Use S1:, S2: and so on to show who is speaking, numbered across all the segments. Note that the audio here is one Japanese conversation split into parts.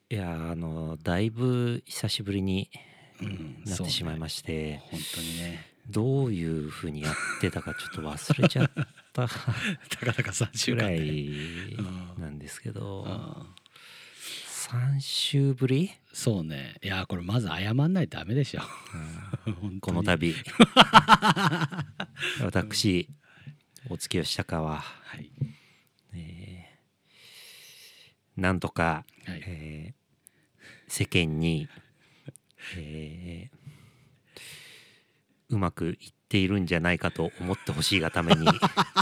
S1: いやだいぶ久しぶりになってしまいまして、
S2: 本当にね。
S1: どういう風にやってたかちょっと忘れちゃった
S2: たかだか3週
S1: ぐら
S2: 間で。
S1: いなんですけど、
S2: うん
S1: 3週ぶり、
S2: そうね。いやこれまず謝んないとダメでしょ。本当に
S1: この度私お月吉高は、
S2: はい
S1: なんとか、
S2: はい
S1: 世間に、うまくいっているんじゃないかと思ってほしいがために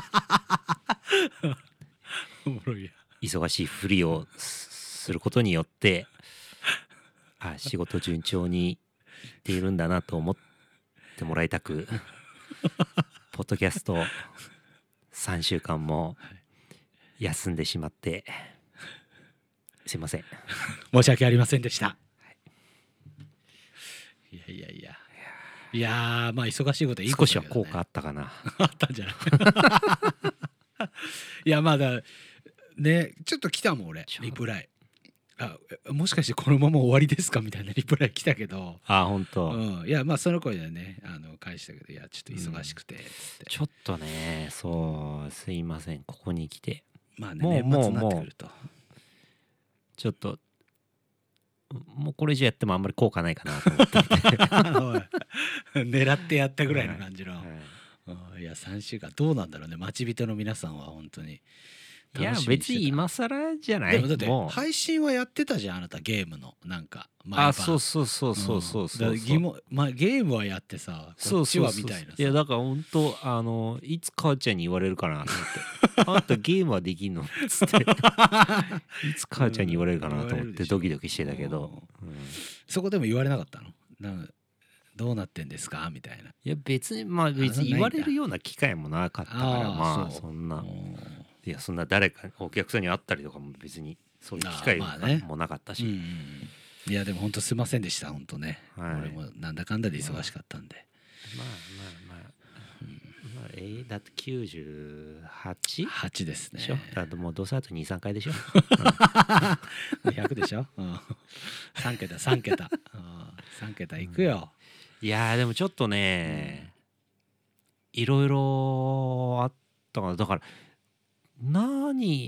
S2: おもろいや。
S1: 忙しいふりをすることによって仕事順調にいっているんだなと思ってもらいたくポッドキャスト3週間も休んでしまってすいません。
S2: 申し訳ありませんでした。いやまあ忙しいことはいいこ
S1: 少しは
S2: とだけどね。
S1: 効果あったかな。
S2: あったんじゃないいやまだねちょっと来たもん俺リプライ。もしかしてこのまま終わりですかみたいなリプライ来たけど、
S1: 本当、
S2: いやまあその声でね返したけど、いやちょっと忙しくてつって、
S1: ちょっとね、そうすいません、ここに来て
S2: まあね
S1: もう
S2: 年末になってくると
S1: ちょっともうこれ以上やってもあんまり効果ないかなと思って
S2: おい狙ってやったぐらいの感じの、
S1: はい
S2: や3週間どうなんだろうね、待ち人の皆さんは本当に
S1: いや
S2: 楽しみにしてた。
S1: 別に今更じゃない。
S2: でもだって
S1: もう
S2: 配信はやってたじゃん、あなたゲームのなんか毎晩。
S1: そうそうそうそうそうそう、
S2: だからゲームはやってさ、こっちはみたいなさ。
S1: いやだから本当いつ母ちゃんに言われるかなと思ってあんたゲームはできんのっつっていつ母ちゃんに言われるかなと思ってドキドキしてたけど、
S2: そこでも言われなかったの？どうなってんですかみたいな。
S1: いや別に別に言われるような機会もなかったからまあそんな、いやそんな誰かお客さんに会ったりとかも別にそういう機会もなかったし、
S2: いやでも本当すいませんでした本当ね、俺もなんだかんだで忙しかったんで、
S1: だって 98？8
S2: ですね。
S1: でしょ。だってもうどうせあと 2,3 回でしょ
S2: 100でしょ、3桁3桁3桁いくよ。
S1: いやでもちょっとね、いろいろあったから、だから何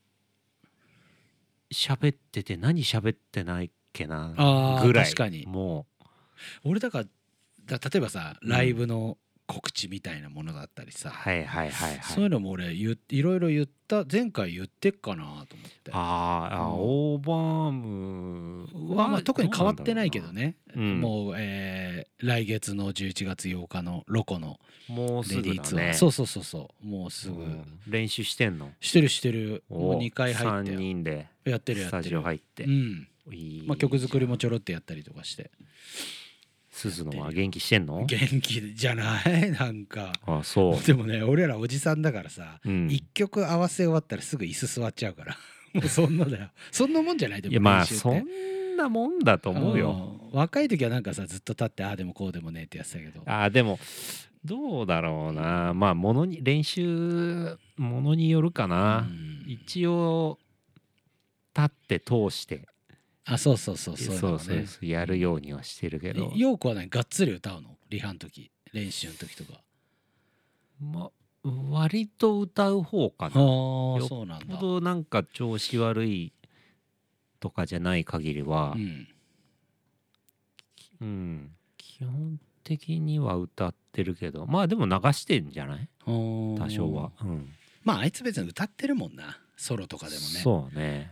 S1: 喋ってて何喋ってないっけなぐらい。
S2: 確かに
S1: も
S2: う俺だから例えばさライブの告知みたいなものだったりさ、そういうのも俺いろいろ言った前回言ってっかなと思って。
S1: オーバーム
S2: は特に変わってないけどね、もう、来月の11月8日のロコの
S1: もうすぐだね。
S2: そうもうすぐ、
S1: 練習してんの？
S2: してるもう2回入って
S1: 3人で
S2: やってる
S1: スタジオ入って、
S2: 曲作りもちょろってやったりとかして。
S1: 鈴野は元気してんの？
S2: 元気じゃないなんか。
S1: そう
S2: でもね俺らおじさんだからさ、1曲合わせ終わったらすぐ椅子座っちゃうからもうそんなだよそんなもんじゃない。でも
S1: いやまあそんなもんだと思うよ。
S2: 若い時はなんかさずっと立ってでもこうでもねってやってたけど、
S1: でもどうだろうな、まあ練習ものによるかな、一応立って通してそうやるようにはしてるけど。
S2: 陽子はがっつり歌うの？リハの時練習の時とか。
S1: 割と歌う方かな。
S2: そうなんだ。
S1: よっぽどなんか調子悪いとかじゃない限りは基本的には歌ってるけど、まあでも流してんじゃない？多少は。
S2: まああいつ別に歌ってるもんな、ソロとかでもね。
S1: そうね。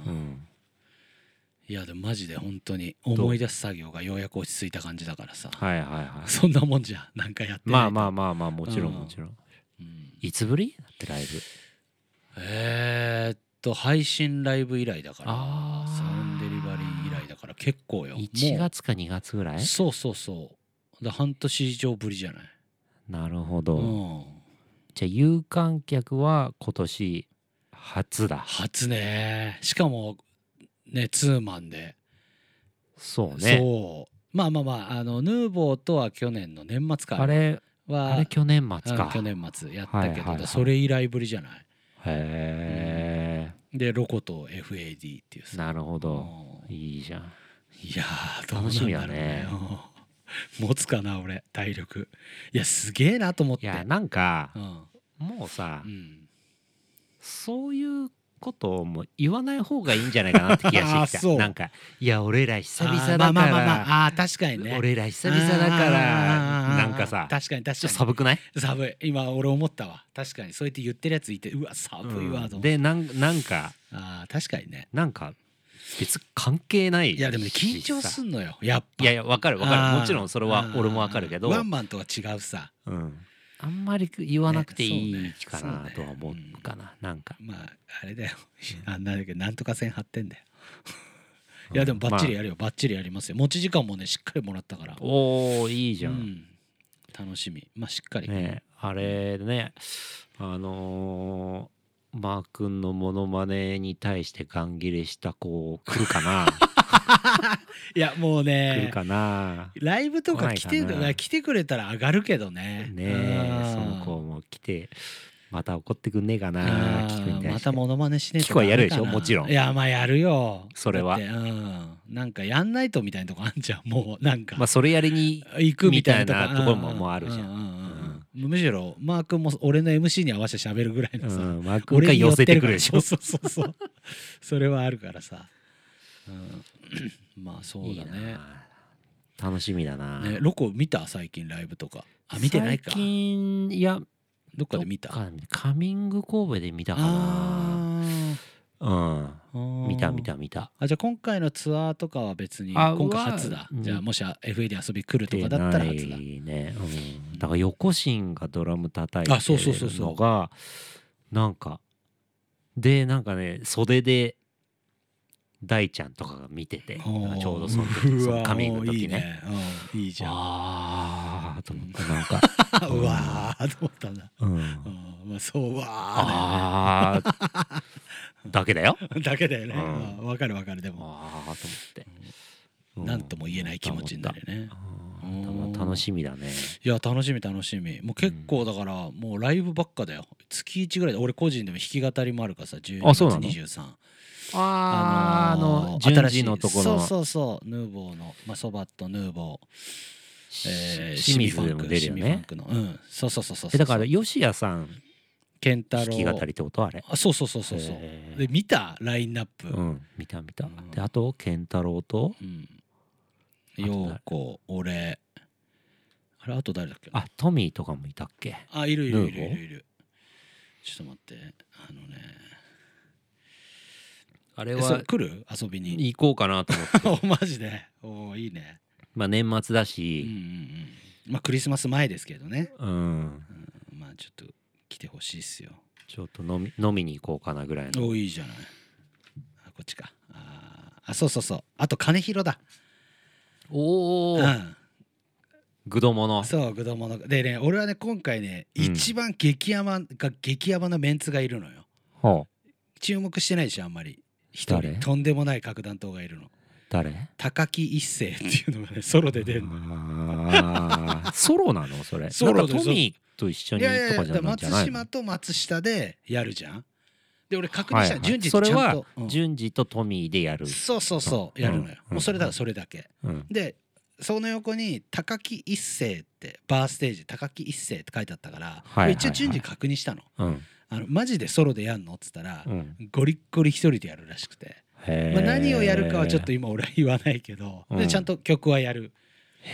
S2: いやでもマジで本当に思い出す作業がようやく落ち着いた感じだからさ。そんなもんじゃなんかやってないと。
S1: まあもちろん。いつぶりだってライ
S2: ブ？配信ライブ以来だから、サウンデリバリー以来だから結構よ。
S1: 1月か2月ぐらい？
S2: そうだ半年以上ぶりじゃない。
S1: なるほど。じゃあ有観客は今年初だ。
S2: 初ね。しかもねツーマンで。
S1: そうね。
S2: まあヌーボーとは去年の年末か。
S1: あれ去年末か。
S2: 去年末やったけど、それ以来ぶりじゃない。
S1: へえ。
S2: でロコと FAD っていうさ。
S1: なるほど。 いいじゃん。
S2: いやー楽しみだね。持つかな俺体力。いやすげえなと思って。
S1: いやなんか、もうさ、そういうことも言わない方がいいんじゃないかなって気がしてきた。なんかいや俺ら久々だから、
S2: あ確かにね、
S1: 俺ら久々だからなんかさ、
S2: 確かに
S1: 寒くない？
S2: 寒い。今俺思ったわ。確かにそうやって言ってるやついて、うわ寒いわと思って。
S1: でなんか
S2: 確かにね、
S1: なんか別関係ない。
S2: いやでもね緊張すんのよやっぱ。
S1: いやわかるもちろんそれは俺もわかるけど、
S2: ワンマンとは違うさ。
S1: あんまり言わなくていいかなとは思うかな。なんか
S2: まああれだよ、なんだけどなんとか線張ってんだよ。いやでもバッチリやるよ、バッチリやりますよ。持ち時間もねしっかりもらったから。
S1: おーいいじゃん、
S2: 楽しみ。まあしっかり
S1: ね。あれね、マー君のモノマネに対してガン切れした子来るかな。
S2: いやもうね
S1: 来るかな。
S2: ライブとか来てくれたら上がるけどね。
S1: その子も来てまた怒ってくんねえかな。聞くに対して
S2: またモノマネしねえと
S1: 聞こえやるでしょ、もちろん。
S2: いやまあやるよ
S1: それは。
S2: なんかやんないとみたいなとこあんじゃん。もうなんか
S1: まあそれやりに
S2: 行くみたい
S1: なところもあるじゃん。
S2: むしろマー君も俺の MC に合わせて喋るぐらいのさ、
S1: マー君が寄せてくるでしょ。
S2: そうそれはあるからさ。まあそうだね。
S1: 楽しみだな。
S2: ロコ見た最近ライブとか。見てないか。
S1: 最近いや
S2: どっかで見た。
S1: カミング神戸で見たかな。見た。じゃ
S2: あ今回のツアーとかは別に今回初だ。じゃあもし FA で遊び来るとかだったら初だ
S1: ね。だから横進がドラム叩いてるのがなんかでなんかね袖で大ちゃんとかが見てて、ちょうどその時そのカミングの時ね。
S2: いいじゃん。
S1: ああと思ってなんか
S2: うわーと思ったんだ。まあそう
S1: わーだけだよ。
S2: だけだよね。わかるでも。
S1: ああと思って。
S2: なんとも言えない気持ちになるね。
S1: 楽しみだね。
S2: いや楽しみ。もう結構だからもうライブばっかだよ。月1ぐらいで俺個人でも弾き語りもあるからさ。12月23。
S1: 順次のところ
S2: のそうヌーボーのそばとヌーボー
S1: 清水でも出るよね。
S2: そう
S1: だから吉谷さん
S2: 健太郎
S1: 弾き語りってことあれ。
S2: そうで見たラインナップ。
S1: 見たであと健太郎と
S2: 陽子俺あれあと誰だっけ。
S1: トミーとかもいたっけ。
S2: いるちょっと待って
S1: あれは
S2: 来る遊びに
S1: 行こうかなと思って。
S2: マジでいいね。
S1: まあ年末だし
S2: まあクリスマス前ですけどね。
S1: ま
S2: あちょっと来てほしいっすよ。
S1: ちょっと飲みに行こうかなぐらいの。
S2: いいじゃない。こっちか。そうあと金広だ。グドモノでね、俺はね今回ね一番激ヤバなメンツがいるのよ。注目してないでしょあんまり。一人とんでもない核弾頭がいるの。
S1: 誰？
S2: 高木一生っていうのがねソロで出る
S1: の。ソロなのそれ。
S2: ソロで
S1: トミーと一緒にとかじゃないの？
S2: 松島と松下でやるじゃん。で俺確認した順次
S1: それは順次とトミーでやる。
S2: そうやるのよ。もうそれだけ。でその横に高木一生ってバーステージ高木一生って書いてあったから一応順次確認したの。マジでソロでやんのっつったらゴリッゴリ一人でやるらしくて。何をやるかはちょっと今俺は言わないけど、でちゃんと曲はやる。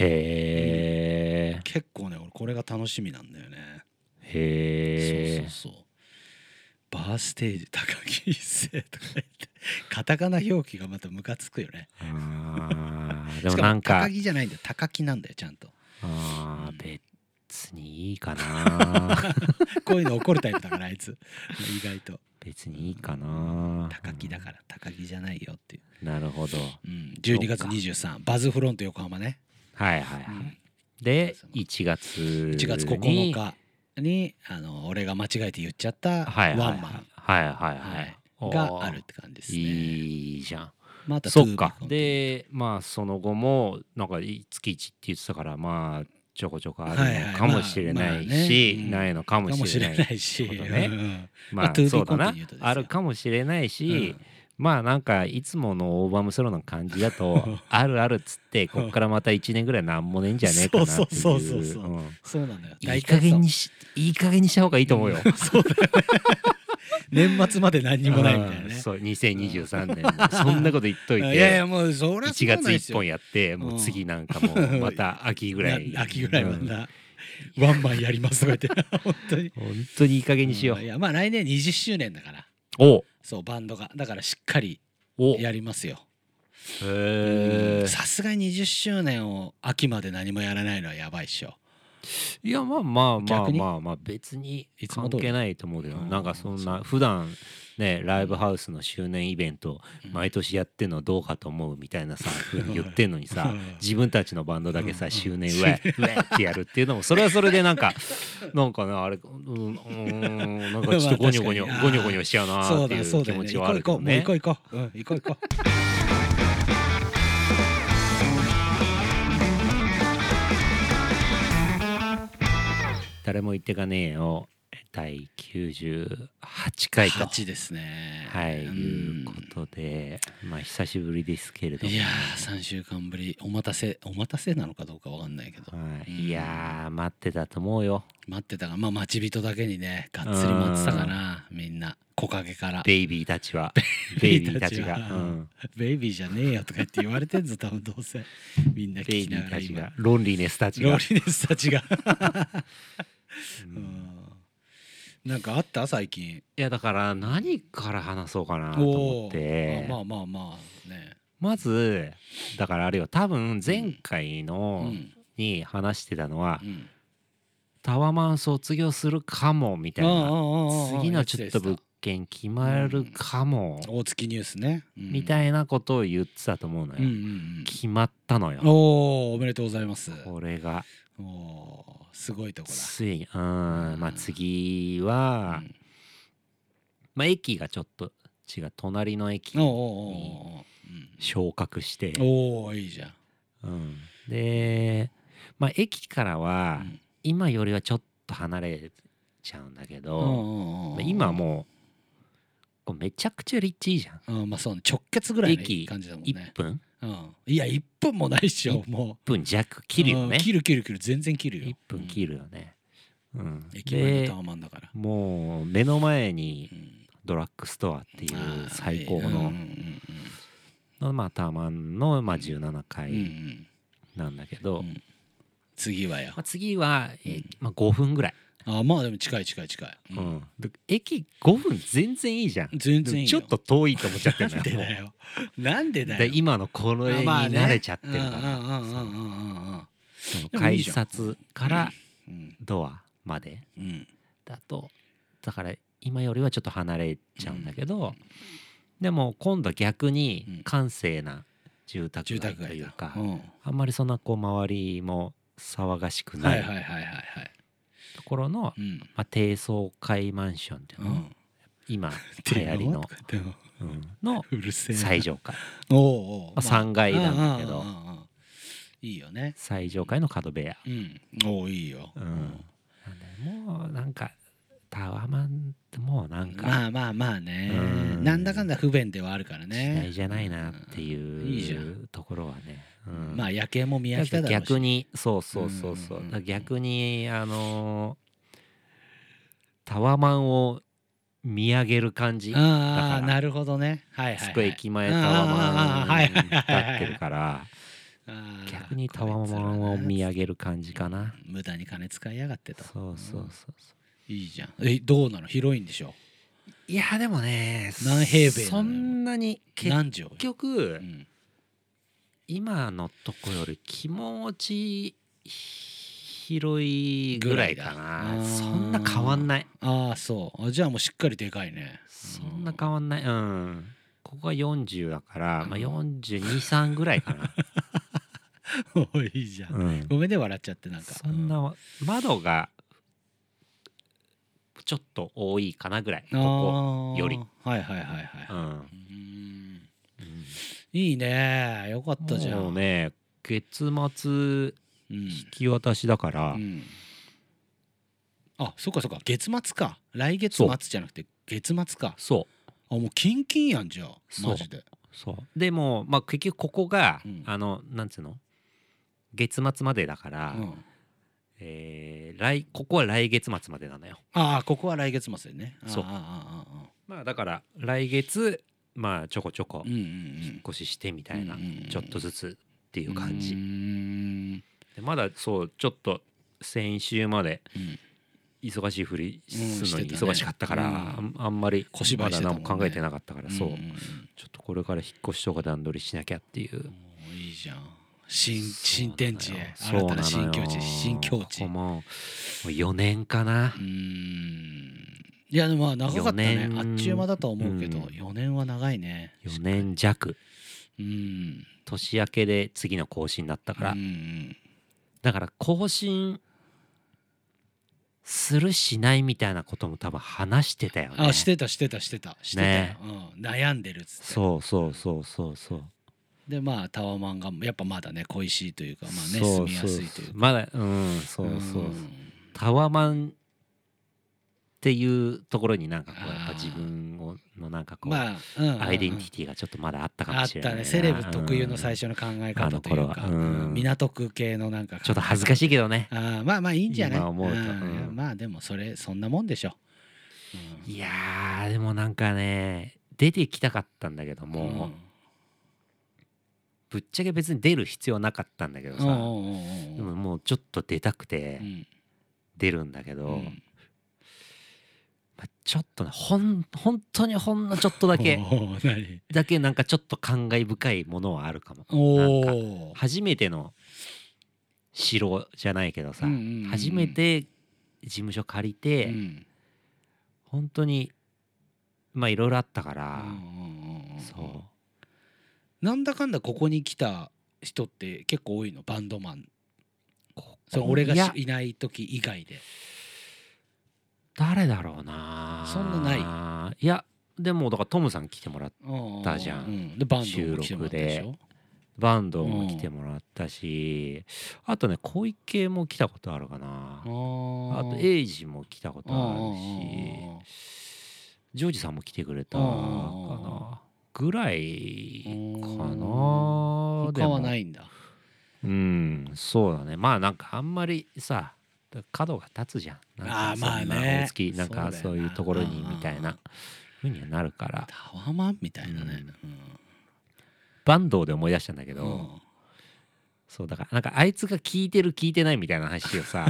S2: 結構ね俺これが楽しみなんだよね。そうバーステージ高木一生とか言ってカタカナ表記がまたムカつくよね。
S1: でもなんか
S2: 高木じゃないんだよ高木なんだよちゃんと。
S1: 別にいいかな。
S2: こういうの怒るタイプだからあいつ意外と。
S1: 別にいいかな。
S2: 高木だから高木じゃないよっていう。
S1: なるほど。
S2: 12月23バズフロント横浜ね。
S1: で1月
S2: 9日に俺が間違えて言っちゃったワンマンがあるって感じですね。
S1: いいじゃん。
S2: そっ
S1: か。でまあその後もなんか月1って言ってたからまあちょこちょこあるのかもしれないしないのかもしれないしまあそうだなあるかもしれないしまあなんかいつものオーバームソロの感じだとあるあるっつってこっからまた1年ぐらいなんもねえんじゃねえかなっていう。
S2: そうそうなんだよ。いい加減に
S1: した方がいいと思うよ。
S2: そうだよね。年末まで何にもないみたいなね。
S1: そう2023年もそんなこと言っといて、
S2: いやいやもうそれは
S1: 1月1本やってもう次なんかもうまた秋ぐらい
S2: またワンマンやりますとか言って本
S1: 当にいい加減にしよう。
S2: いやまあ来年20周年だから。そうバンドがだからしっかりやりますよ。さすがに20周年を秋まで何もやらないのはやばいっしょ。
S1: いやまあ別に関係ないと思うけど、なんかそんな普段ねライブハウスの周年イベント毎年やってんのどうかと思うみたいなさ風に言ってんのにさ、自分たちのバンドだけさ周年うえってやるっていうのもそれはそれでなんかねあれなんかちょっとゴニョゴニョしちゃうなっていう気持ちはあるけどね。
S2: 行こう。
S1: 誰も言ってかねえよ第98回と
S2: 8ですね。
S1: はい、いうことでまあ久しぶりですけれども、
S2: いや3週間ぶりお待たせなのかどうかわかんないけど、
S1: いや待ってたと思うよ。
S2: 待ってたがまあ待ち人だけにねがっつり待ってたかなみんな木陰から
S1: ベイビーたちがベイビー
S2: じゃねえよとか言って言われてんぞ多分どうせみんな聞きながら今
S1: ロンリネスたちが
S2: なんかあった最近。
S1: いやだから何から話そうかなと思って、
S2: まあね、
S1: まずだからあれよ多分前回のに話してたのは、タワマン卒業するかもみたいな、次のちょっと物件決まるかも、
S2: 大月ニュースね、
S1: みたいなことを言ってたと思うのよ。決まったのよ。
S2: おめでとうございます。
S1: これが
S2: すごいとこだ。
S1: ついにまあ次は、まあ駅がちょっと違う隣の駅に昇格して、
S2: いいじゃん。
S1: でまあ駅からは今よりはちょっと離れちゃうんだけど、今もうめちゃくちゃ立地いいじゃん。
S2: まあそうね、直結ぐらいの感じだもんね。
S1: 1分？
S2: いや1分もないっしょ。も
S1: う1分弱切るよね。
S2: 切る全然切るよ。
S1: 1分切るよね。
S2: 駅前のタワマンだから。
S1: もう目の前にドラッグストアっていう最高のまあタワマンのまあ17階なんだけど、
S2: 次は
S1: 次はまあ5分ぐらい。
S2: まあでも近い。
S1: 駅5分全然いいじゃん。
S2: 全然いいよ。
S1: ちょっと遠いと思っちゃってるんだ
S2: よ。なんでだよ。
S1: 今のこれに慣れちゃってるから。改札からドアまでだとだから今よりはちょっと離れちゃうんだけど、でも今度は逆に閑静な住宅街というか、あんまりそんなこう周りも騒がしくないところの低層階マンションっていうの今流行りの最上階3階なんだけど
S2: いいよね。
S1: 最上階の角部屋。
S2: いいよ。
S1: もうなんかタワマンってもうなんか
S2: まあね、なんだかんだ不便ではあるからね。
S1: 時代じゃないなっていうところはね。
S2: まあ夜景も見飽きただろうし。
S1: 逆にそう逆にタワマンを見上げる感じだから。
S2: なるほどね。
S1: すごい駅前タワマン立ってるから逆にタワマンを見上げる感じかな。
S2: 無駄に金使いやがってと。
S1: そう
S2: いいじゃん。どうなの？広いんでしょ？
S1: いやでもね
S2: 何平米
S1: そんなに結局今のとこより気持ち広いぐらいかな。そんな変わんない。
S2: そうじゃあもうしっかりでかいね。
S1: そんな変わんない。ここが40だからまあ42、3ぐらいかな。
S2: いいじゃん。ごめんね笑っちゃってなんか。
S1: そんな窓がちょっと多いかなぐらいここより。
S2: いいね。よかったじゃん。
S1: もうね月末引き渡しだから。
S2: そうか月末か。来月末じゃなくて月末か。
S1: そ
S2: もうキンキンやんじゃあマジで。
S1: そうでもまあ結局ここが、
S2: うん
S1: なんつうの月末までだから、
S2: うん
S1: ここは来月末までなのよ。
S2: ああここは来月末でね。
S1: そうまあだから来月まあちょこちょこ引っ越ししてみたいな、ちょっとずつっていう感じで、まだそうちょっと先週まで忙しいふりするのに忙しかったから、あんまりまだ何も考えてなかったから、そうちょっとこれから引っ越しとか段取りしなきゃっていう。
S2: いいじゃん。新天地へ新たな新境地新境地。
S1: もう4年かな。
S2: いやでもまあ長かったね。あっちゅう間だと思うけど、4年は長いね。
S1: 4年弱。年明けで次の更新だったから、だから更新するしないみたいなことも多分話してたよね。
S2: してたね、悩んでるっつって。
S1: そう
S2: でまあタワマンがやっぱまだね恋しいというか、まあね住みやすいというか、
S1: まだそうタワマンっていうところになんかこうやっぱ自分のなんかこうアイデンティティがちょっとまだあったかもしれないな。
S2: あったね。セレブ特有の最初の考え方というか、港区系のなんか
S1: ちょっと恥ずかしいけどね。
S2: まあいいんじゃない。
S1: 今思うと
S2: まあでもそんなもんでしょ。
S1: いやーでもなんかね出てきたかったんだけども、ぶっちゃけ別に出る必要なかったんだけどさ、でももうちょっと出たくて出るんだけど、ちょっとね本当にほんのちょっとだけなんかちょっと感慨深いものはあるかも。なんか初めての城じゃないけどさ、初めて事務所借りて、本当にまあいろいろあったから、そう
S2: なんだかんだここに来た人って結構多いのバンドマン。俺がいない時以外で
S1: 誰だろうな。
S2: そんなない。
S1: いやでもだからトムさん来てもらったじゃん。
S2: でバンドも来てもらったでしょ。
S1: バンドも来てもらったし、あとね小池も来たことあるかな。あとエイジも来たことあるし、ジョージさんも来てくれたかなぐらいかな。
S2: 他はないんだ。
S1: そうだね。まあなんかあんまりさ角が立つじゃん。なんか
S2: まあね。
S1: 大月なんかそういうところにみたいな風にはなるから。
S2: タワマンみたいなね。
S1: バンドで思い出したんだけど、そうだからなんかあいつが聞いてる聞いてないみたいな話をさ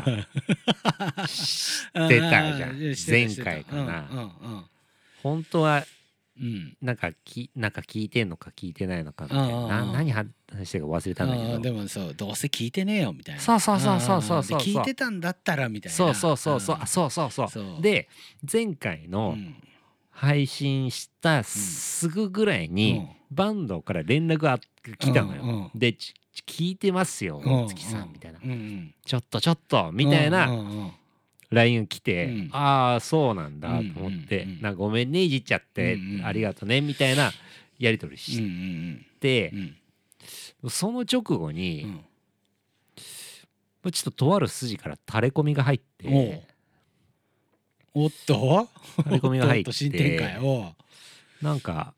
S1: してたじゃん前回かな。本当はなんか聞いてんのか聞いてないのかみたいな、何話してるか忘れたんだけど、
S2: でもそうどうせ聞いてねえよみたいな。
S1: そう
S2: 聞いてたんだったらみたいな。
S1: そうで前回の配信したすぐぐらいにバンドから連絡が来たのよ。で聞いてますよ大月さんみたいな、ちょっとみたいなLINE 来て、ああそうなんだと思って、なんかごめんねいじっちゃってありがとねみたいなやり取りして、その直後にちょっととある筋からタレコミが入って、
S2: おっと
S1: タレコミが入ってなんか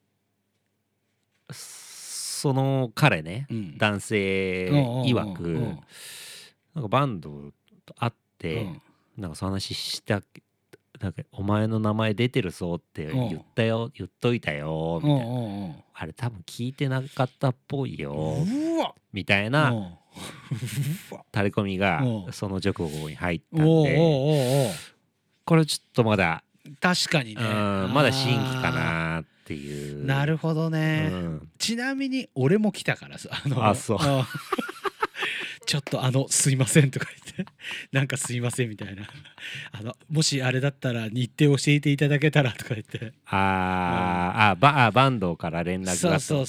S1: その彼ね、男性曰くなんかバンドと会ってなんかその話したなんかお前の名前出てるぞって言っといたよみたいな、あれ多分聞いてなかったっぽいよみたいなタレコミがその直後に入ったんで、これちょっとまだ
S2: 確かにね
S1: まだ新規かなっていう。
S2: なるほどね。ちなみに俺も来たからさ
S1: そう
S2: ちょっとすいませんとか言ってなんかすいませんみたいなもしあれだったら日程教えていただけたらとか言って
S1: バンドから連絡があったこと。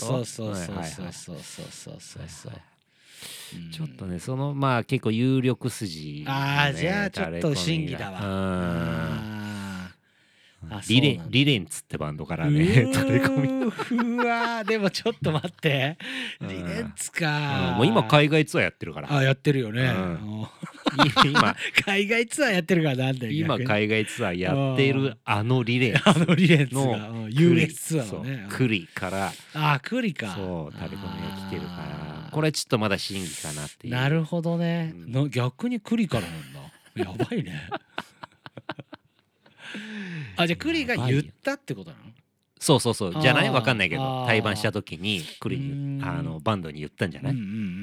S2: そう
S1: ちょっとねそのまあ結構有力筋、
S2: じゃあちょっと審議だわ。
S1: リレンツってバンドからねタレコミ。
S2: うわでもちょっと待ってリレンツか。
S1: もう今海外ツアーやってるから。
S2: やってるよね。
S1: 今
S2: 海外ツアーやってるからなんだよ
S1: 今
S2: 逆に
S1: 海外ツアーやっているあのリレ
S2: あ
S1: ー
S2: のリレーツ
S1: の
S2: が US ツアーをね
S1: クリから
S2: クリか
S1: そうタレコミが来てるからこれちょっとまだ審議かなっていう。
S2: なるほどね、
S1: うん
S2: 逆にクリからなんだやばいねじゃあクリが言ったってことなの？
S1: そうそうそうじゃないわかんないけど
S2: あー
S1: 対バンした時にクリ
S2: う
S1: に
S2: ーん
S1: バンドに言ったんじゃない、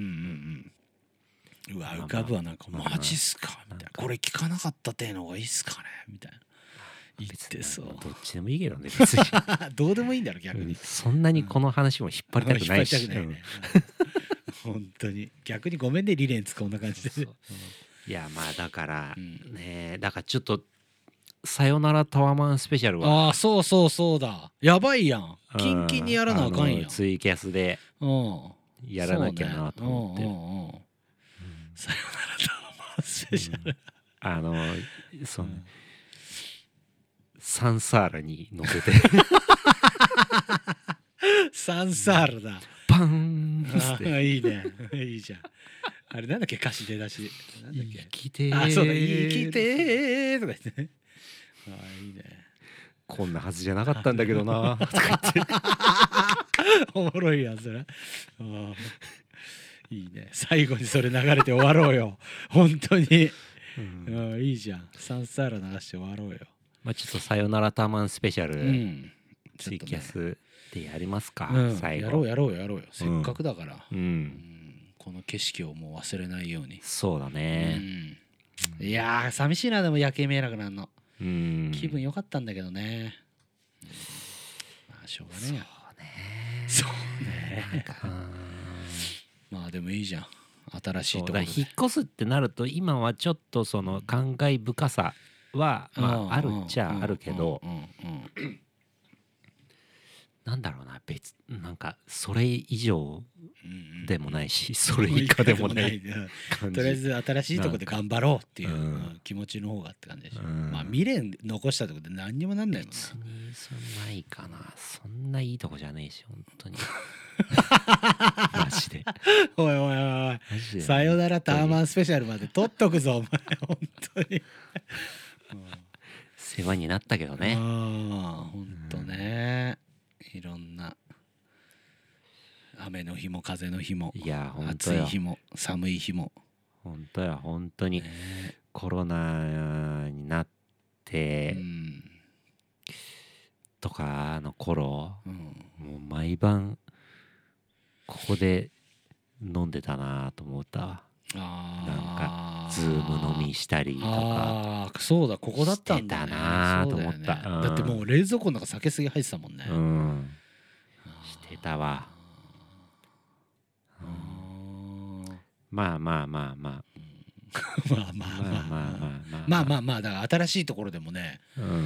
S2: うわ浮かぶわなんか
S1: まあまあ
S2: マジっすかみたいなこれ聞かなかったってのがいいっすかねみたいな言ってそう
S1: どっちでもいいけどね別に
S2: どうでもいいんだろ逆に
S1: そんなにこの話も引っ張りたくないし、
S2: 引っ張りたくないね本当に逆にごめんねリレーンつこんな感じで
S1: そういやまあだから
S2: うん
S1: ねだからちょっとさよならタワマンスペシャルは
S2: そうそうそうだやばいやんキンキンにやらなあかんやん
S1: ツイキャスで
S2: うん
S1: やらなきゃなと思って、
S2: さよならタワマンスペシャル
S1: そうねサンサーラに乗せて
S2: サンサールだ
S1: パンって
S2: いいねいいじゃんあれなんだっけ歌詞出だしなんだっけ
S1: 生きてー
S2: そうだ生きてーとか言ってねいいね
S1: こんなはずじゃなかったんだけどなとか言って
S2: おもろいやんそれいいね最後にそれ流れて終わろうよ本当にいいじゃんサンサーラ流して終わろうよ
S1: まあちょっとさよならタワマンスペシャル、ツイ
S2: ちょっとね
S1: キャスでやりますか、最
S2: や
S1: 後
S2: ろうよせっかくだからこの景色をもう忘れないように
S1: そうだね、
S2: いやー寂しいなでも夜景見えなくなるの気分
S1: 良
S2: 良かったんだけどねまあしょうがねえそうねまあでもいいじゃん新しいところで
S1: 引っ越すってなると今はちょっとその感慨深さはまああるっちゃあるけどなんだろうななんかそれ以上でもないしそれ以下でもない感じ
S2: とりあえず新しいとこで頑張ろうっていう気持ちの方がって感じでしょまあ未練残したとこで何にもなんないもんな
S1: 別にそんないかなそんないいとこじゃねえし本当にマジで
S2: おいおいおいさよならタワマンスペシャルまで撮っとくぞお前本当に
S1: 世話になったけどね
S2: 本当ねいろんな雨の日も風の日も
S1: いや本当
S2: 暑い日も寒い日も
S1: 本当や本当にコロナになってとかの頃もう毎晩ここで飲んでたなと思ったわなんかズーム飲みしたりとか
S2: そうだここだったんだ
S1: してたなと思った、
S2: だってもう冷蔵庫の中酒すぎ入ってたもんね
S1: してたわまあまあまあまあ
S2: まあだから新しいところでもね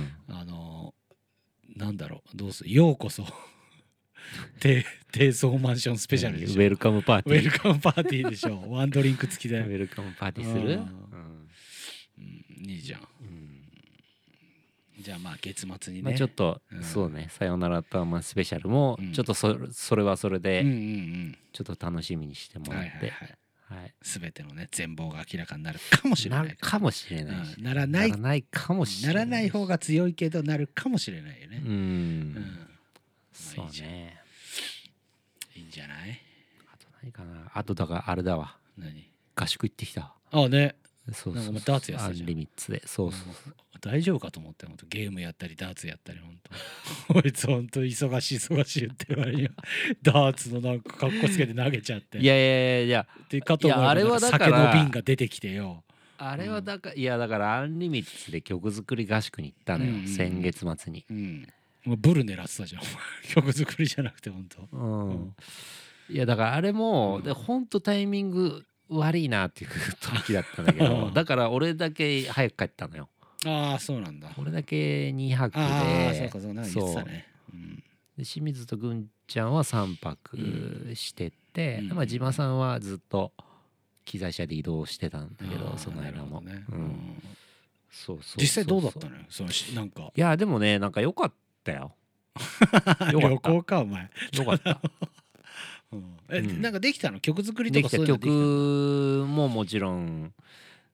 S2: なんだろうどうするようこそ低層マンションスペシャルでしょ
S1: ウェルカムパーティー
S2: ウェルカムパーティーでしょワンドリンク付きで
S1: ウェルカムパーティーする
S2: いいじゃんじゃあまあ月末にね
S1: ちょっとそうねさよならタワマンスペシャルもちょっとそれはそれでちょっと楽しみにしてもらって
S2: 全てのね全貌が明らかになるかもしれない
S1: かもしれないし
S2: ならない
S1: かもしれない
S2: ならない方が強いけどなるかもしれないよね
S1: そうね
S2: いいんじゃない
S1: あと何かなあとだからあれだわ合宿行ってきた
S2: ね
S1: そう
S2: なんかダーツやってたじゃん
S1: アンリミッツでそうそう
S2: 大丈夫かと思って本当ゲームやったりダーツやったり本当こいつ本当忙しい言ってる割にはダーツのなんか格好つけて投げちゃって
S1: いや
S2: でかと思えば
S1: あれはだから
S2: 酒の瓶が出てきてよ
S1: あれはだからいやだからアンリミッツで曲作り合宿に行ったのよ先月末に
S2: もうブル狙ってたじゃん曲作りじゃなくて本当
S1: いやだからあれも本当タイミング悪いなっていう時だったんだけどだから俺だけ早く帰ったのよ
S2: そうなんだ
S1: 俺だけ2泊で
S2: そうなんか言ってたね
S1: で清水とぐんちゃんは3泊してって自馬さんはずっと機材車で移動してたんだけどその間もそう
S2: 実際どうだったのよなんか
S1: いやでもねなんか良かったよ
S2: 旅行かお前
S1: 良かった
S2: なんかできたの曲作りとかそういうの
S1: できた曲ももちろん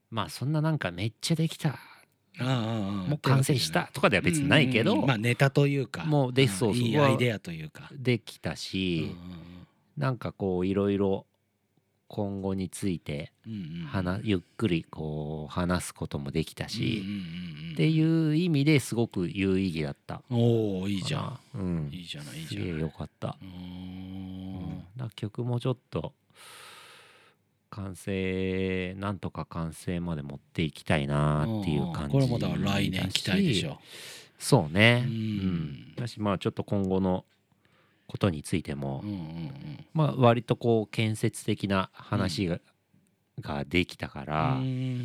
S1: まあそんななんかめっちゃできた
S2: も
S1: う完成したとかでは別にないけど、
S2: まあネタというか
S1: もうでそうそう
S2: いいアイデアというか
S1: できたし、なんかこういろいろ今後についてゆっくりこう話すこともできたし、っていう意味ですごく有意義だった。
S2: おおいいじゃん、
S1: うん、
S2: いいじゃないいいじゃない、
S1: すげえよかった。だ曲もちょっとなんとか完成まで持っていきたいなっていう感じ。
S2: これもだから来年期待でしょ。
S1: そうね。だしまあちょっと今後のことについても、まあ割とこう建設的な話ができたから、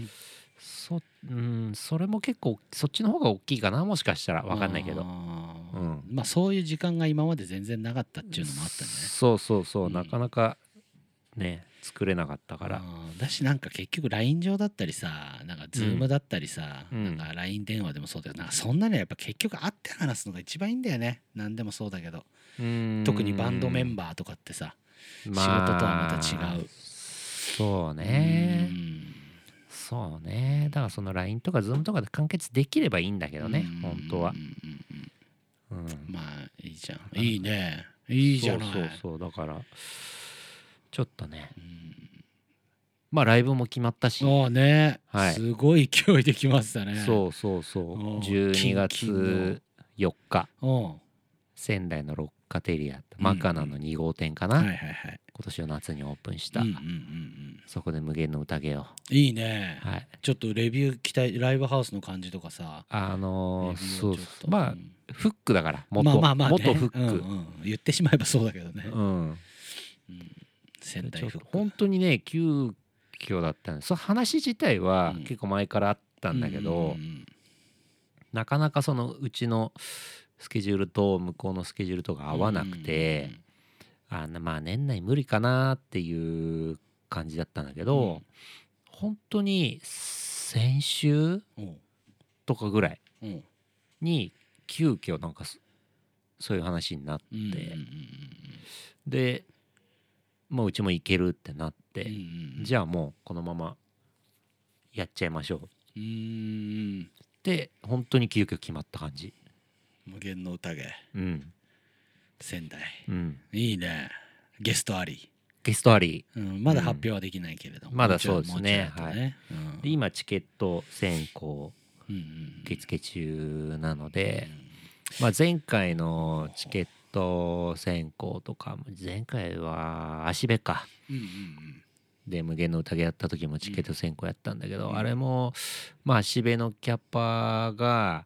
S1: それも結構そっちの方が大きいかな、もしかしたら分かんないけど、
S2: まあそういう時間が今まで全然なかったっていうのもあったね。
S1: そうそうそう、なかなかね作れなかったから。
S2: だしなんか結局 LINE 上だったりさ、なんか Zoom だったりさ、なんか LINE 電話でもそうだけど、なんかそんなのやっぱ結局会って話すのが一番いいんだよね。何でもそうだけど、特にバンドメンバーとかってさ、仕事とはまた違う。
S1: そうね、そうね。だからその LINE とか Zoom とかで完結できればいいんだけどね、本当は。
S2: まあいいじゃん、いいね、いいじゃない。
S1: そうそうそう、だからちょっとね、まあライブも決まったし、
S2: ね、すごい勢いできましたね。
S1: そうそうそう、12月4日仙台のロッカテリアマカナの2号店かな、今年の夏にオープンした、そこで無限の宴を。
S2: いいね、ちょっとレビュー期待、ライブハウスの感じとかさ、
S1: そうまあフックだから元フック、
S2: 言ってしまえばそうだけどね。仙台フック
S1: 本当にね急遽だったんです。その話自体は結構前からあったんだけど、なかなかそのうちのスケジュールと向こうのスケジュールとか合わなくて、まあ年内無理かなっていう感じだったんだけど、本当に先週とかぐらいに急遽なんかそういう話になって、でもううちも行けるってなって、じゃあもうこのままやっちゃいましょうで本当に急遽決まった感じ。
S2: 無限の宴、仙台、いいね。ゲストあり、まだ発表はできないけれども、
S1: まだそうですね。今チケット先行受付中なので、まあ前回のチケット先行とかも、前回は足部かで無限の宴やった時もチケット先行やったんだけど、あれもまあ足部のキャパが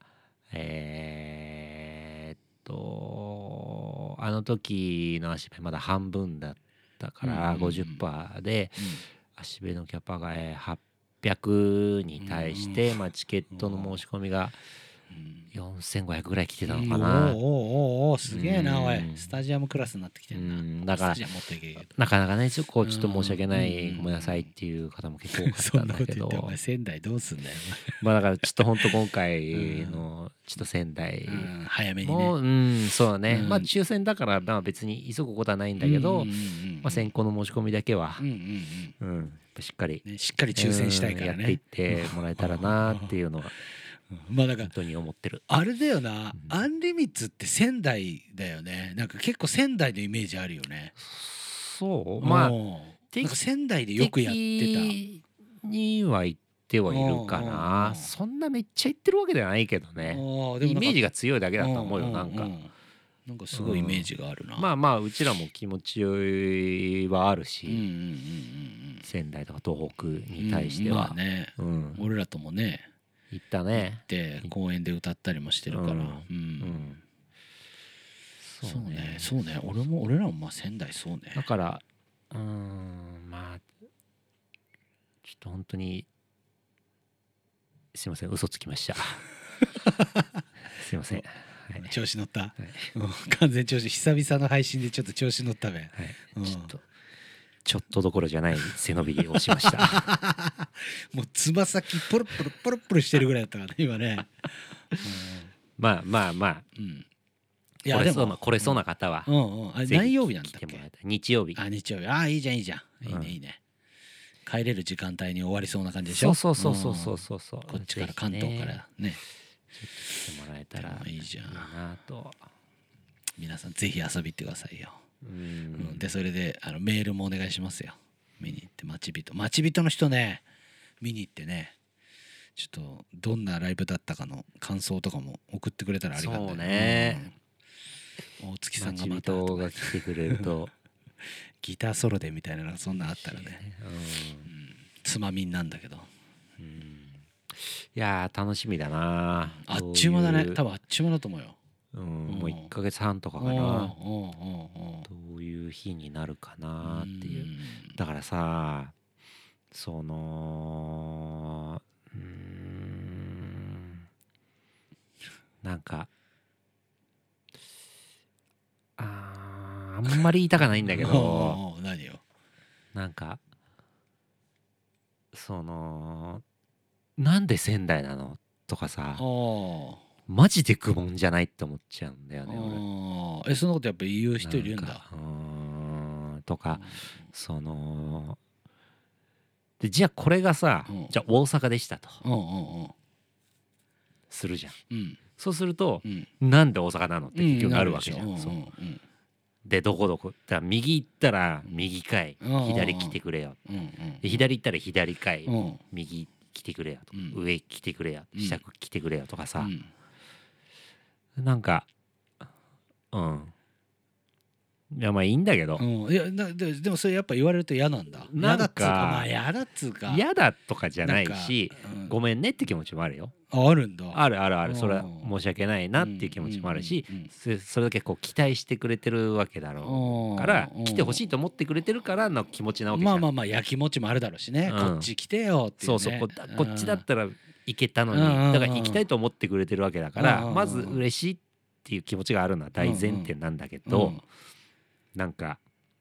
S1: あの時の足部まだ半分だったから 50% で、足部のキャパが800に対して、まあチケットの申し込みが4500ぐらい来てたのかな。
S2: すげえなおい、スタジアムクラスになってきてるな。
S1: だからなかなかねちょっと申し訳ない、ごめんなさいっていう方も結構多かったんだけど、
S2: お前仙台どうすんだよ。
S1: まあだからちょっと本当今回のちょっと仙台
S2: 早めにね、
S1: そうだね、まあ抽選だからまあ別に急ぐことはないんだけど、まあ先行の申し込みだけはしっかり
S2: 抽選したいからね、
S1: やっていってもらえたらなっていうのは
S2: まあだから
S1: 本当に思ってる。
S2: あれだよな、アンリミッツって仙台だよね。なんか結構仙台のイメージあるよね。
S1: そうまあ
S2: なんか仙台でよくやって
S1: たには行ってはいるかな。そんなめっちゃ行ってるわけではないけどね、イメージが強いだけだと思うよ。なんか
S2: すごいイメージがあるな。
S1: まあまあうちらも気持ちよいはあるし、仙台とか東北に対しては
S2: ね、俺らともね
S1: 行ったね。
S2: で公園で歌ったりもしてるから、そうね、俺らもまあ仙台そうね。
S1: だからまあちょっと本当にすいません、嘘つきましたすいません、
S2: 調子乗った、完全調子、久々の配信でちょっと調子乗ったべ、
S1: ちょっとどころじゃない背伸びをしました
S2: もうつま先ポロポロポロポロしてるぐらいだったからね今ね
S1: まあまあまあ、いやでも来れそうな方は
S2: 何曜日なんだっけ。
S1: 日曜日。
S2: 日曜日、いいじゃんいいねいいね。 帰れる時間帯に終わりそうな感じでしょ。
S1: そうこ
S2: っちから関東からね
S1: 来てもらえたら
S2: いいじゃん
S1: なと。
S2: 皆さんぜひ遊び行ってくださいよ。でそれでメールもお願いしますよ。見に行って待ち人の人ね見に行ってねちょっとどんなライブだったかの感想とかも送ってくれたらありがたい。
S1: そうね、
S2: 大月さんが
S1: 待ち人が来てくれると
S2: ギターソロでみたいなのがそんなあったらね、つまみんなんだけど、
S1: いや楽しみだな。
S2: あっちゅう間だね。多分あっちゅう間だと思うよ。
S1: もう1ヶ月半とかかな。どういう日になるかなっていう。だからさそのなんかあんまり言いたかないんだけど
S2: 何よ。
S1: なんかそのなんで仙台なのとかさマジで愚問じゃないって思っちゃうんだよね
S2: 俺。そんなことやっぱ言う人いるんだ。
S1: とかそのでじゃあこれがさじゃあ大阪でしたとするじゃん。そうするとなんで大阪なのって結局あるわけじゃん。でどこだ右行ったら右かい左来てくれよ。左行ったら左かい右来てくれよとか上来てくれよ下来てくれよとかさなんかいやまあいいんだけど、
S2: いやでもそれやっぱ言われると嫌なんだ。
S1: なんか
S2: 嫌だっつうか
S1: 嫌だとかじゃないし、ごめんねって気持ちもあるよ。
S2: あるんだ。
S1: あるそれは申し訳ないなっていう気持ちもあるし、それだけこう期待してくれてるわけだろうから来てほしいと思ってくれてるからの気持ちなわけじゃん。
S2: まあやきもちもあるだろうしね、こっち来てよっていうね。
S1: そうこっちだったら行けたのにだから行きたいと思ってくれてるわけだからまず嬉しいっていう気持ちがあるのは大前提なんだけど、なんか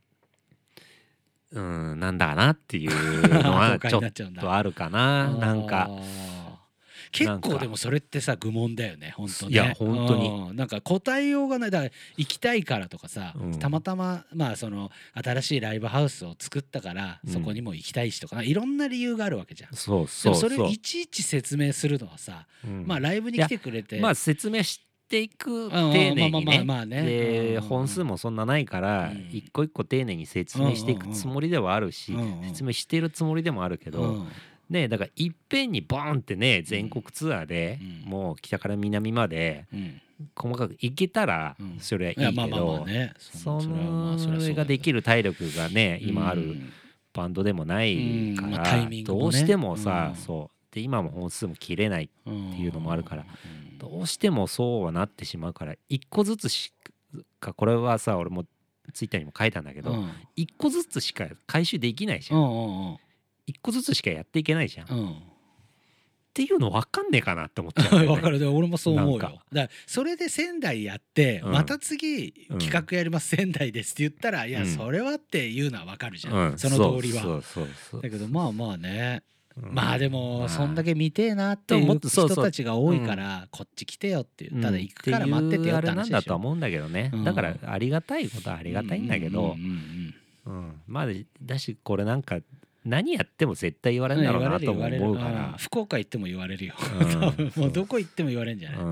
S1: なんだかなっていうのはちょっとあるかな。なんか
S2: 結構でもそれってさ愚問だよね本当ね。
S1: いや本当に
S2: なんか答えようがない。だから行きたいからとかさ、たまたままあその新しいライブハウスを作ったからそこにも行きたいしとか、いろんな理由があるわけじゃん。でもそれいちいち説明するのはさ、まあライブに来てくれて
S1: まあ説明していく丁寧にね。で本数もそんなないから一個一個丁寧に説明していくつもりではあるし説明しているつもりでもあるけど。ね、だからいっぺんにボーンってね全国ツアーでもう北から南まで細かく行けたらそれはいいけどそれができる体力がね今あるバンドでもないからどうしてもさそうで今も本数も切れないっていうのもあるからどうしてもそうはなってしまうから一個ずつしかこれはさ俺もツイッターにも書いたんだけど一個ずつしか回収できないじゃん。一個ずつしかやっていけないじゃん、っていうの分かんねえかなって思っちゃう、ね、
S2: 分かる。で俺もそう思うよ。だからそれで仙台やって、また次企画やります仙台ですって言ったら、いやそれはっていうのは分かるじゃん、その通りは。だけどまあね、まあでもそんだけ見てえなっていう人たちが多いからこっち来てよっていう、ただ行くから待っててよって話でしょ。あれなんだとは思うんだけどね。だからありがたいことはありがたいんだけど、まあだしこれなんか何やっても絶対言われるんだろうなと思うから、 福岡行っても言われるよ。もうどこ行っても言われるんじゃない。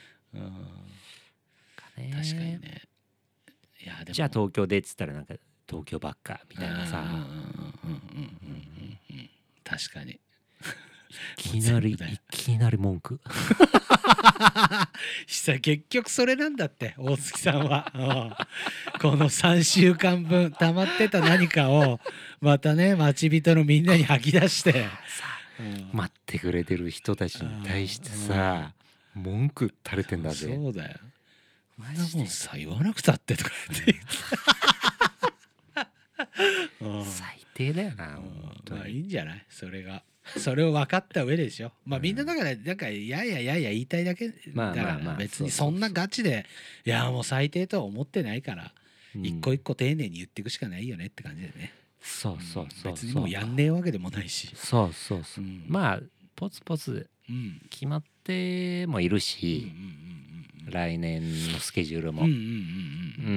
S2: 確かにね。いやでも
S1: じゃあ東京でっつったらなんか東京ばっかみたいなさ、
S2: 確かに
S1: いきなり文句
S2: 結局それなんだって大月さんはこの3週間分溜まってた何かをまたね待ち人のみんなに吐き出して
S1: 待ってくれてる人たちに対してさ文句垂れてんだぜ。
S2: そうだよ。マジでさ言わなくたってとか言って
S1: 最低だよな。
S2: まあいいんじゃない。それを分かった上でしょ。まあみんなだからなんかや言いたいだけだから別にそんなガチでいやもう最低とは思ってないから一個一個丁寧に言っていくしかないよねって感じでね。
S1: そう
S2: 別にもうやんねえわけでもないし。
S1: そうまあポツポツ決まってもいるし来年のスケジュールも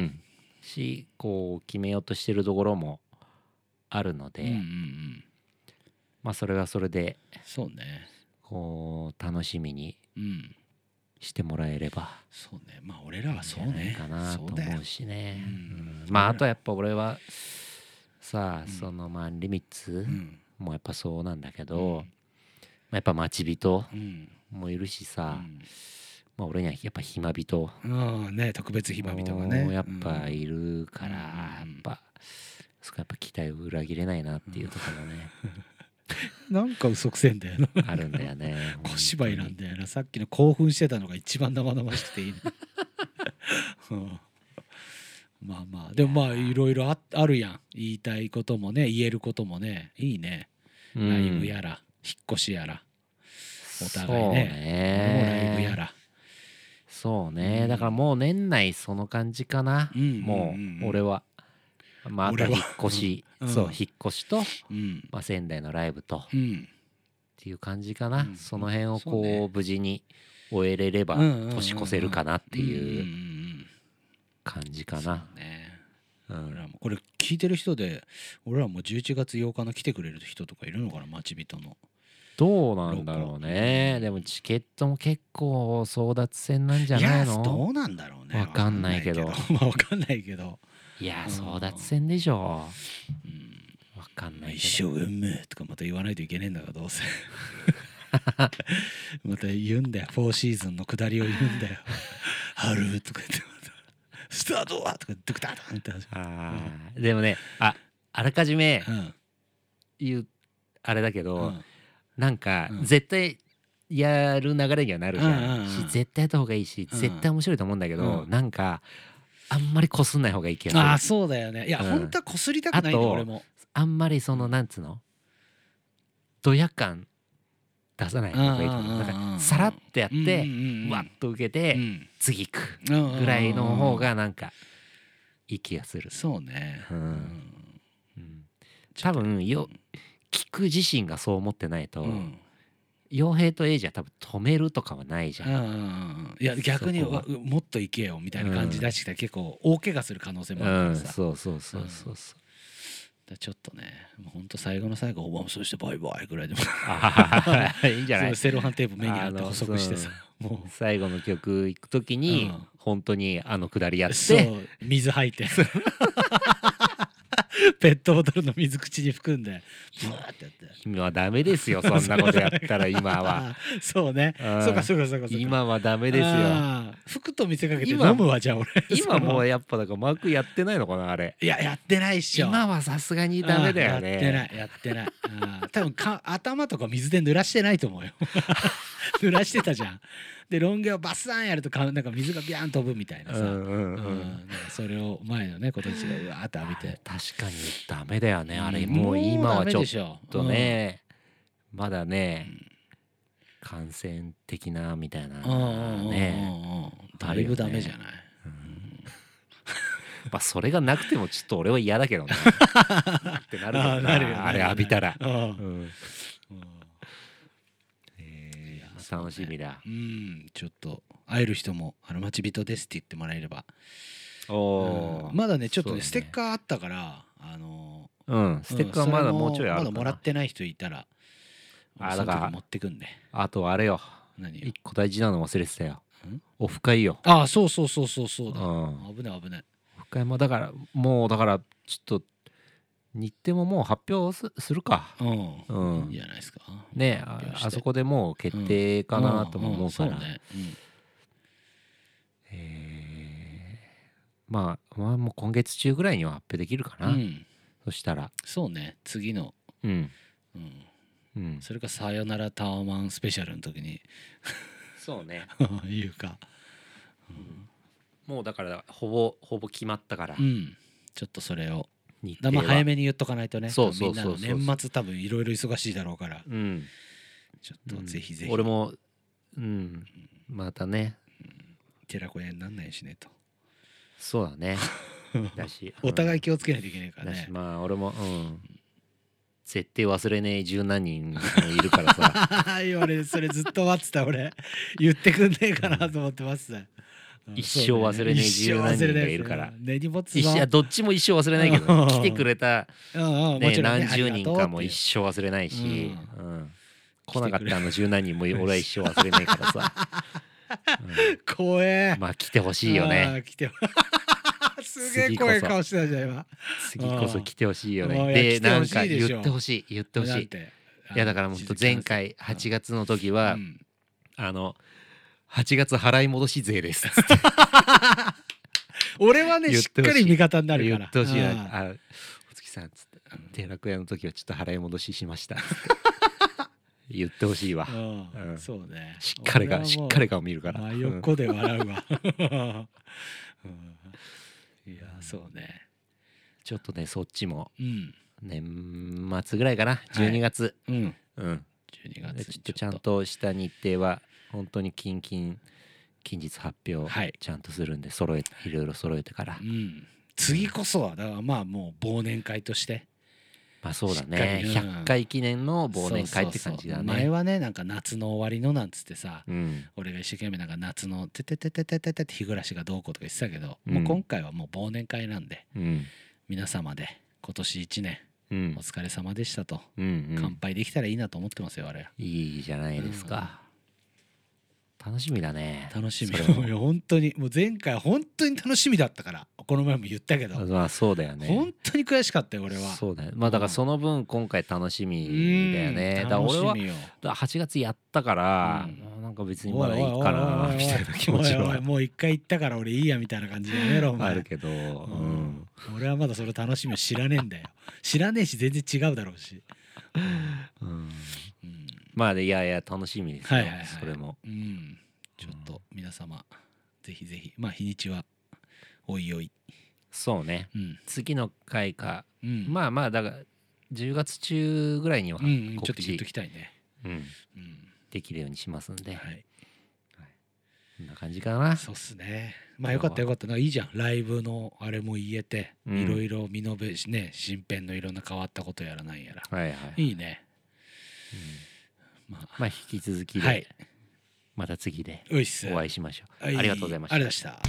S1: しこう決めようとしてるところもあるのでまあそれはそれで
S2: そうね。
S1: こう楽しみに
S2: うん。
S1: してもらえれば
S2: そうね。まあ俺らはそう
S1: いいんじゃない
S2: ね。
S1: かなと
S2: そうだよ
S1: 思うしね。
S2: うん
S1: まああとやっぱ俺はさあ、
S2: うん
S1: そのまあリミッツ
S2: うん
S1: もやっぱそうなんだけど、
S2: うん
S1: まあやっぱ待ち人
S2: うん
S1: もいるし
S2: う
S1: さ、
S2: ん
S1: まあ俺にはやっぱ暇人
S2: うんね、特別暇人がね
S1: もやっぱいるから、
S2: うん
S1: やっぱそこやっぱ期待を裏切れないなっていうところね、
S2: なんか嘘くせえんだよな。
S1: あるんだよね。
S2: 小芝居なんだよな。さっきの興奮してたのが一番生々しくていいね。うんまあまあでもまあいろいろあるやん。言いたいこともね、言えることもね、いいね。
S1: うん
S2: ライブやら引っ越しやらお互い
S1: そう
S2: ね。俺もライブや
S1: ね。
S2: ら。
S1: そうね、
S2: うん
S1: だからもう年内その感じかな、
S2: うん
S1: も
S2: うんうん
S1: う俺は。まああとは
S2: 俺は
S1: 引っ越し、
S2: うん
S1: そう引っ越しと、
S2: うん
S1: まあ、仙台のライブとっ
S2: うん
S1: ていう感じかな、
S2: うん
S1: その辺を
S2: そうね
S1: こう無事に終えれれば
S2: うんうんうんうん
S1: 年越せるかなってい
S2: んん
S1: うん感じかな。
S2: そうね。
S1: うん
S2: 俺らもこれ聞いてる人で俺らも11月8日の来てくれる人とかいるのかな、待ち人の。
S1: どうなんだろうね。でもチケットも結構争奪戦なんじゃない
S2: ど
S1: の？
S2: うなんだろうね。
S1: わかんないけど
S2: わかんないけど。
S1: いや
S2: うん
S1: 争奪戦でしょ。
S2: うん
S1: わかんないけ
S2: 一
S1: ど。
S2: 生懸命とかまた言わないといけねえんだからどうせ。また言うんだよ。フォーシーズンの下りを言うんだよ。春とか言ってまたスタートはとかドクターとか言って
S1: あーでもね、あらかじめ
S2: うん
S1: 言うあれだけど、
S2: うん
S1: なんか
S2: うん
S1: 絶対やる流れにはなるじゃん、
S2: うんうんうん
S1: し絶対やった方がいいし、
S2: うん
S1: 絶対面白いと思うんだけど、
S2: うん
S1: なんかあんまりこすんない方がいい気がする。
S2: ああそうだよね。いや、
S1: うん
S2: 本当はこすりたくないんだよ
S1: あと
S2: 俺も。
S1: あんまりそのなんつうのドヤ感出さない方がいいと思う。だからさらってやってわっと受けて次行くぐらいの方がなんかいい気がする。
S2: そうね。
S1: うん
S2: うん
S1: 多分聞く自身がそう思ってないと、
S2: うん
S1: 傭兵とエイジは多分止めるとかはないじゃん。
S2: いや逆に
S1: そこは
S2: もっといけよみたいな感じ出してきたら結構大怪我する可能性もあるからさ。
S1: そうそうそうそうそう。
S2: ちょっとね、もうほんと最後の最後、おばもそしてバイバイぐらいでも
S1: いいんじゃない？
S2: セロハンテープ目にあって補足してさ、もう
S1: 最後の曲行くときに本当にあのくだりやって、
S2: そう水吐いてペットボトルの水口に含んでブワーってやって
S1: 今はダメですよ、そんなことやったら今は。
S2: そうね、そうかそうかそうかそうか、
S1: 今はダメですよ。
S2: 吹くと見せかけて飲むわじゃあ俺。
S1: 今もうやっぱだからマークやってないのかなあれ。
S2: いややってないっしょ。
S1: 今はさすがにダメだよね。
S2: やってない多分頭とか水で濡らしてないと思うよ。濡らしてたじゃん。でロン毛をバスーンやるとなんか水がビャーン飛ぶみたいなさ、なんかそれを前のね今年でうわーって浴びて。
S1: 確かにダメだよねあれ。もう今はちょっとね、まだね感染的なみたいなね、
S2: だいぶダメじゃない。
S1: まあそれがなくてもちょっと俺は嫌だけどねってなるけどな、あれ浴びたら。楽しみだ。
S2: ちょっと会える人も待ち人ですって言ってもらえれば。
S1: お
S2: まだねちょっとねステッカーあったから
S1: ステッカーまだもうちょいあるかな。
S2: まだもらってない人いたら
S1: だから
S2: 持ってくんで。
S1: あとあれよ、一個大事なの忘れてたよ。オフ会よ。
S2: ああそうそうだ。危ない危ない。
S1: オフ会もだからもうだからちょっと日程ももう発表するか。
S2: いいんじゃないですか
S1: ね。あそこでもう決定かなとも思うから。まあもう今月中ぐらいには発表できるかな。そしたら
S2: そうね、次のそれかさよならタワマンスペシャルの時に
S1: そうね
S2: 言うか。
S1: もうだからほぼ決まったから、
S2: ちょっとそれを早めに言っとかないとね。みんなの年末多分いろいろ忙しいだろうから、ちょっとぜひぜひ。
S1: 俺もまたね
S2: 寺子屋になんないしねと。
S1: そうだねだし
S2: お互い気をつけないといけないからね。
S1: まあ俺も絶対忘れねえ十何人もいるからさ
S2: 俺それずっと待ってた。俺言ってくんねえかなと思って待ってた。
S1: 一生忘れねえ十何人がいるから
S2: 根に持つの
S1: どっちも一生忘れないけど来てくれた、ね、
S2: 何
S1: 十人かも一生忘れないし、来なかった十何人も俺は一生忘れないからさ
S2: 怖え。
S1: まあ来てほしいよね。
S2: すげえ怖い顔してたじゃん今。
S1: 次こそ来てほしいよね。でなんか言ってほしい。いやだからもっと前回8月の時は8月払い戻し税です
S2: 俺はねしっかり味方になるから
S1: 言ってほしいな。お月さんつって寺子屋の時はちょっと払い戻ししました言ってほしいわ。
S2: そうね。
S1: しっかり顔見るから。
S2: 真横で笑うわ。いやそうね。
S1: ちょっとねそっちも年末ぐらいかな12月。12月ちょっとちゃんとした日程は本当に近日発表ちゃんとするんでいろいろ揃えてから。
S2: 次こそはだからまあもう忘年会として。
S1: まあそうだね、100回記念の忘年会って感じだね。
S2: 前はねなんか夏の終わりのなんつってさ、俺が一生懸命なんか夏のててててててて日暮らしがどうこうとか言ってたけど、もう今回はもう忘年会なんで、皆様で今年1年お疲れ様でしたと乾杯できたらいいなと思ってますよあれ。
S1: いいじゃないですか。楽しみだね。
S2: 楽しみ。本当にもう前回本当に楽しみだったからこの前も言ったけど。
S1: まあそうだよね。
S2: 本当に悔しかったよ俺は。
S1: そうだよ。まあだからその分今回楽しみだよね。だから俺は8月やったからなんか別にまだいいかなみたいな気持ちは。
S2: もう一回行ったから俺いいやみたいな感じでやめろお前。
S1: あるけど。
S2: 俺はまだその楽しみを知らねえんだよ。知らねえし全然違うだろうし。
S1: まあいや楽しみですよそれも。
S2: ちょっと皆様ぜひぜひまあ日にちはおいおい。
S1: そうね、次の回か、まあだから10月中ぐらいには
S2: ちょっと言っときたいね。
S1: できるようにしますんで、こんな感じかな。
S2: そうっすね。まあよかったよかったな。いいじゃんライブのあれも言えていろいろ見延べしね身辺のいろんな変わったことやらないやらいいね。
S1: まあ引き続きでまた次でお会いしましょう。ありがとうございました。
S2: ありがとうございました。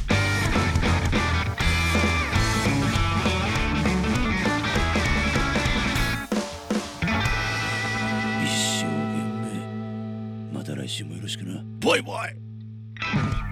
S2: 一生懸命また来週もよろしくな。バイバイ。